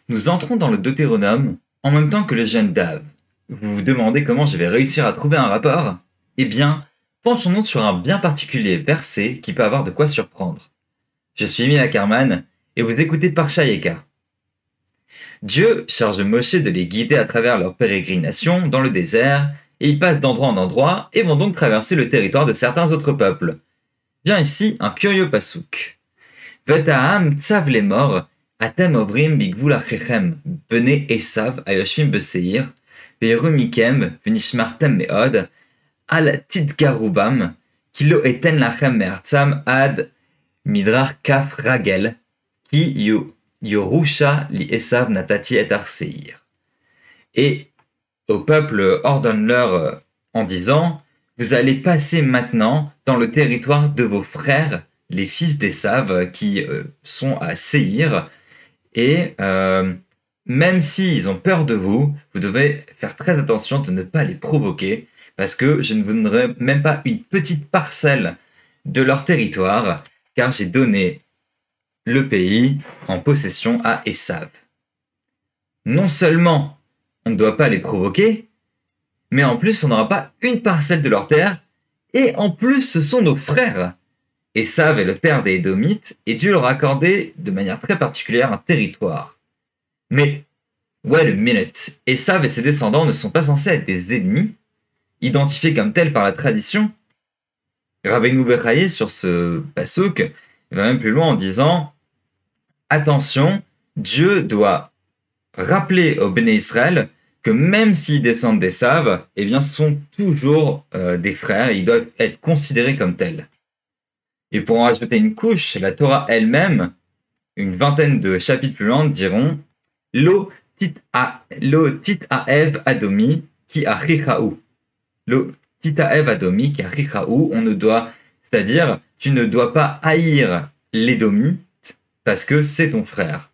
Nous entrons dans le Deutéronome en même temps que le jeune Dave. Vous vous demandez comment je vais réussir à trouver un rapport? Eh bien, penchons-nous sur un bien particulier verset qui peut avoir de quoi surprendre. Je suis Emile Ackerman et vous écoutez Parshayeka. Dieu charge Moshe de les guider à travers leur pérégrination dans le désert et ils passent d'endroit en endroit et vont donc traverser le territoire de certains autres peuples. Vient ici un curieux pasouk. Vetaham tsav les morts, atem ovrim bigvul achechem, bene esav ayoshvim beseir, ve'eru mikem v'nishmartem me'od, al tidgarubam, kilo eten lachem me'artzam ad midrar kaf ragel, ki yorusha li esav natati et arseir. Et au peuple ordonne-leur en disant, vous allez passer maintenant dans le territoire de vos frères, les fils d'Esav qui sont à Séhir, et même s'ils ont peur de vous, vous devez faire très attention de ne pas les provoquer, parce que je ne vous donnerai même pas une petite parcelle de leur territoire, car j'ai donné le pays en possession à Esav. Non seulement on ne doit pas les provoquer, mais en plus on n'aura pas une parcelle de leur terre, et en plus ce sont nos frères. Esav est le père des Édomites, et Dieu leur a accordé de manière très particulière un territoire. Mais, wait a minute, Esav et ses descendants ne sont pas censés être des ennemis, identifiés comme tels par la tradition. Rabbeinu Bechaye, sur ce pasuk, va même plus loin en disant « Attention, Dieu doit rappeler au Béné Israël que même s'ils descendent d'Esav, eh bien, ce sont toujours des frères, et ils doivent être considérés comme tels. » Et pour en rajouter une couche, la Torah elle-même, une vingtaine de chapitres plus loin, diront Lo tit aev adomi ki achichaou. Lo tit aev adomi ki achichaou. On ne doit, c'est-à-dire, tu ne dois pas haïr l'Édomite parce que c'est ton frère.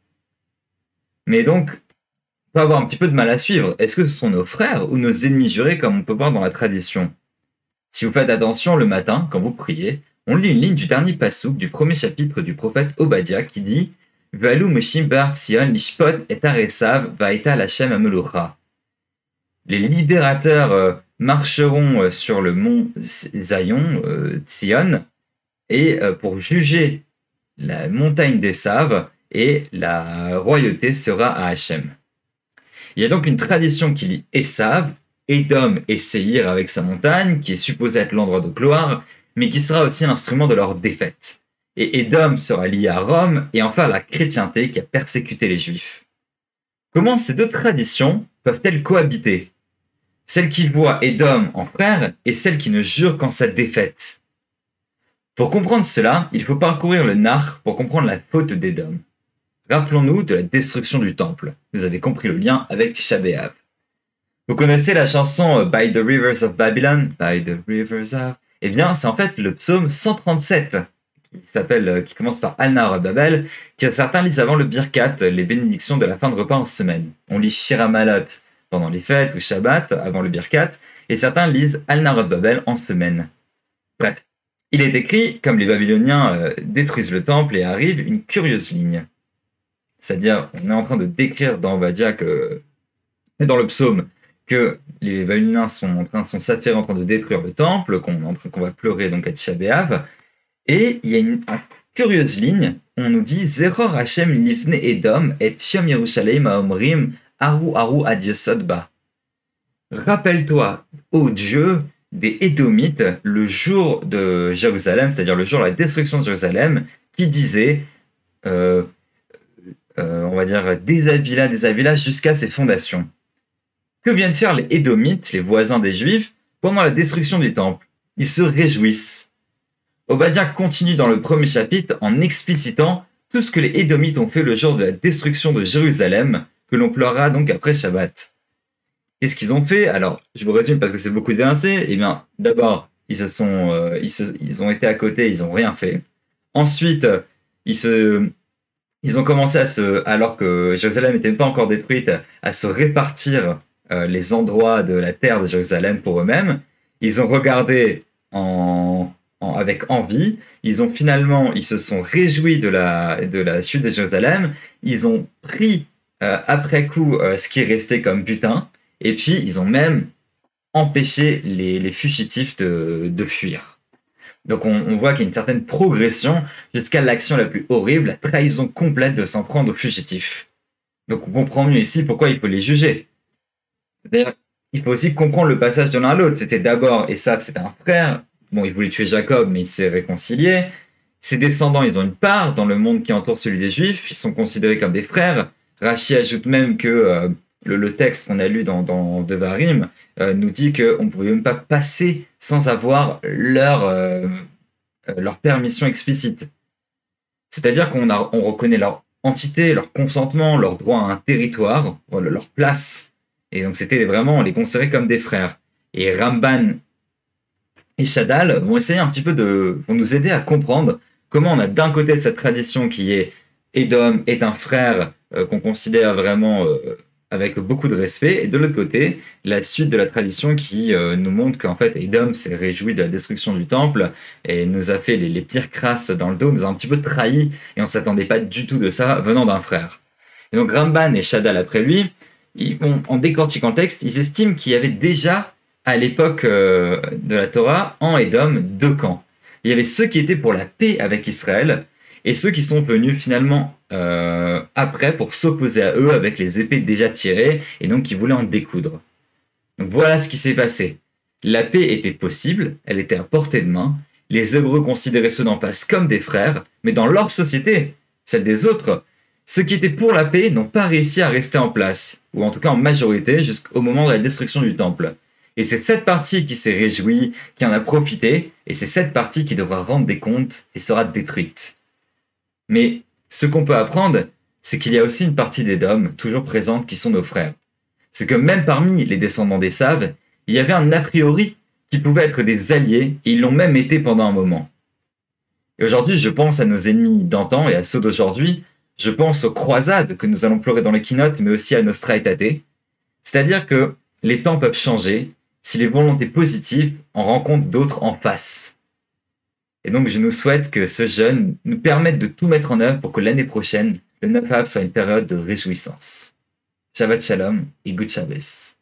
Mais donc, on peut avoir un petit peu de mal à suivre. Est-ce que ce sont nos frères ou nos ennemis jurés comme on peut voir dans la tradition? Si vous faites attention le matin, quand vous priez, on lit une ligne du dernier pasouk du premier chapitre du prophète Obadiah qui dit Ve'alu meshim bar Tzion lishpot et aresav va'ita lachem amelucha. Les libérateurs marcheront sur le mont Zion, Tzion, et pour juger la montagne d'Esav, et la royauté sera à Hachem. Il y a donc une tradition qui lie Esav, Édom et Séhir avec sa montagne, qui est supposée être l'endroit de gloire, mais qui sera aussi l'instrument de leur défaite. Et Édom sera lié à Rome, et enfin à la chrétienté qui a persécuté les Juifs. Comment ces deux traditions peuvent-elles cohabiter? Celle qui voit Édom en frère, et celle qui ne jure qu'en sa défaite. Pour comprendre cela, il faut parcourir le Nar pour comprendre la faute d'Édom. Rappelons-nous de la destruction du temple. Vous avez compris le lien avec Tisha B'Av. Vous connaissez la chanson By the Rivers of Babylon? By the Rivers of... Eh bien, c'est en fait le psaume 137, qui commence par Al-Nar Babel, que certains lisent avant le Birkat, les bénédictions de la fin de repas en semaine. On lit Shira Malot pendant les fêtes ou Shabbat avant le Birkat, et certains lisent Al-Nar Babel en semaine. Bref, il est écrit, comme les Babyloniens détruisent le temple et arrive une curieuse ligne. C'est-à-dire, on est en train de décrire dans Obadiah dans le psaume, que les Babyloniens sont s'affairer en train de détruire le temple, qu'on va pleurer donc à Tisha B'Av, et il y a une curieuse ligne, on nous dit Zeror Hashem livne Edom et Yom Yerushalayim haomrim Aru adiosod ba. Rappelle-toi, ô Dieu, des Édomites, le jour de Jérusalem, c'est-à-dire le jour de la destruction de Jérusalem, qui disait, on va dire, déshabilla jusqu'à ses fondations. Que viennent faire les Édomites, les voisins des Juifs, pendant la destruction du temple? Ils se réjouissent. Obadiah continue dans le premier chapitre en explicitant tout ce que les Édomites ont fait le jour de la destruction de Jérusalem, que l'on pleurera donc après Shabbat. Qu'est-ce qu'ils ont fait? Alors, je vous résume parce que c'est beaucoup de versets. Eh bien, d'abord, ils ont été à côté, ils n'ont rien fait. Ensuite, ils ont commencé alors que Jérusalem n'était pas encore détruite, à se répartir les endroits de la terre de Jérusalem pour eux-mêmes. Ils ont regardé avec envie. Ils se sont réjouis de la chute de Jérusalem. Ils ont pris après coup ce qui restait comme butin, et puis ils ont même empêché les fugitifs de fuir. Donc on voit qu'il y a une certaine progression jusqu'à l'action la plus horrible, la trahison complète de s'en prendre aux fugitifs. Donc on comprend mieux ici pourquoi il faut les juger. D'ailleurs, il faut aussi comprendre le passage de l'un à l'autre. C'était d'abord Esav, c'était un frère. Bon, il voulait tuer Jacob, mais il s'est réconcilié. Ses descendants, ils ont une part dans le monde qui entoure celui des Juifs. Ils sont considérés comme des frères. Rachi ajoute même que le texte qu'on a lu dans Devarim nous dit qu'on ne pouvait même pas passer sans avoir leur permission explicite. C'est-à-dire on reconnaît leur entité, leur consentement, leur droit à un territoire, voilà, leur place. Et donc c'était vraiment, on les considérait comme des frères. Et Ramban et Shadal vont essayer un petit peu vont nous aider à comprendre comment on a d'un côté cette tradition qui est Édom est un frère qu'on considère vraiment avec beaucoup de respect, et de l'autre côté, la suite de la tradition qui nous montre qu'en fait Édom s'est réjoui de la destruction du temple et nous a fait les pires crasses dans le dos, nous a un petit peu trahis et on ne s'attendait pas du tout de ça venant d'un frère. Et donc Ramban et Shadal après lui, en décortiquant le texte, ils estiment qu'il y avait déjà à l'époque de la Torah en Édom 2 camps. Il y avait ceux qui étaient pour la paix avec Israël et ceux qui sont venus finalement après pour s'opposer à eux avec les épées déjà tirées et donc qui voulaient en découdre. Donc voilà ce qui s'est passé. La paix était possible, elle était à portée de main. Les Hébreux considéraient ceux d'en face comme des frères, mais dans leur société, celle des autres, ceux qui étaient pour la paix n'ont pas réussi à rester en place, ou en tout cas en majorité jusqu'au moment de la destruction du temple. Et c'est cette partie qui s'est réjouie, qui en a profité, et c'est cette partie qui devra rendre des comptes et sera détruite. Mais ce qu'on peut apprendre, c'est qu'il y a aussi une partie d'Édom, toujours présente, qui sont nos frères. C'est que même parmi les descendants d'Ésav, il y avait un a priori qui pouvait être des alliés, et ils l'ont même été pendant un moment. Et aujourd'hui, je pense à nos ennemis d'antan et à ceux d'aujourd'hui. Je pense aux croisades que nous allons pleurer dans les keynotes, mais aussi à Nostra Aetate. C'est-à-dire que les temps peuvent changer si les volontés positives en rencontrent d'autres en face. Et donc, je nous souhaite que ce jeûne nous permette de tout mettre en œuvre pour que l'année prochaine, le 9 Av soit une période de réjouissance. Shabbat Shalom et Good Shabbos.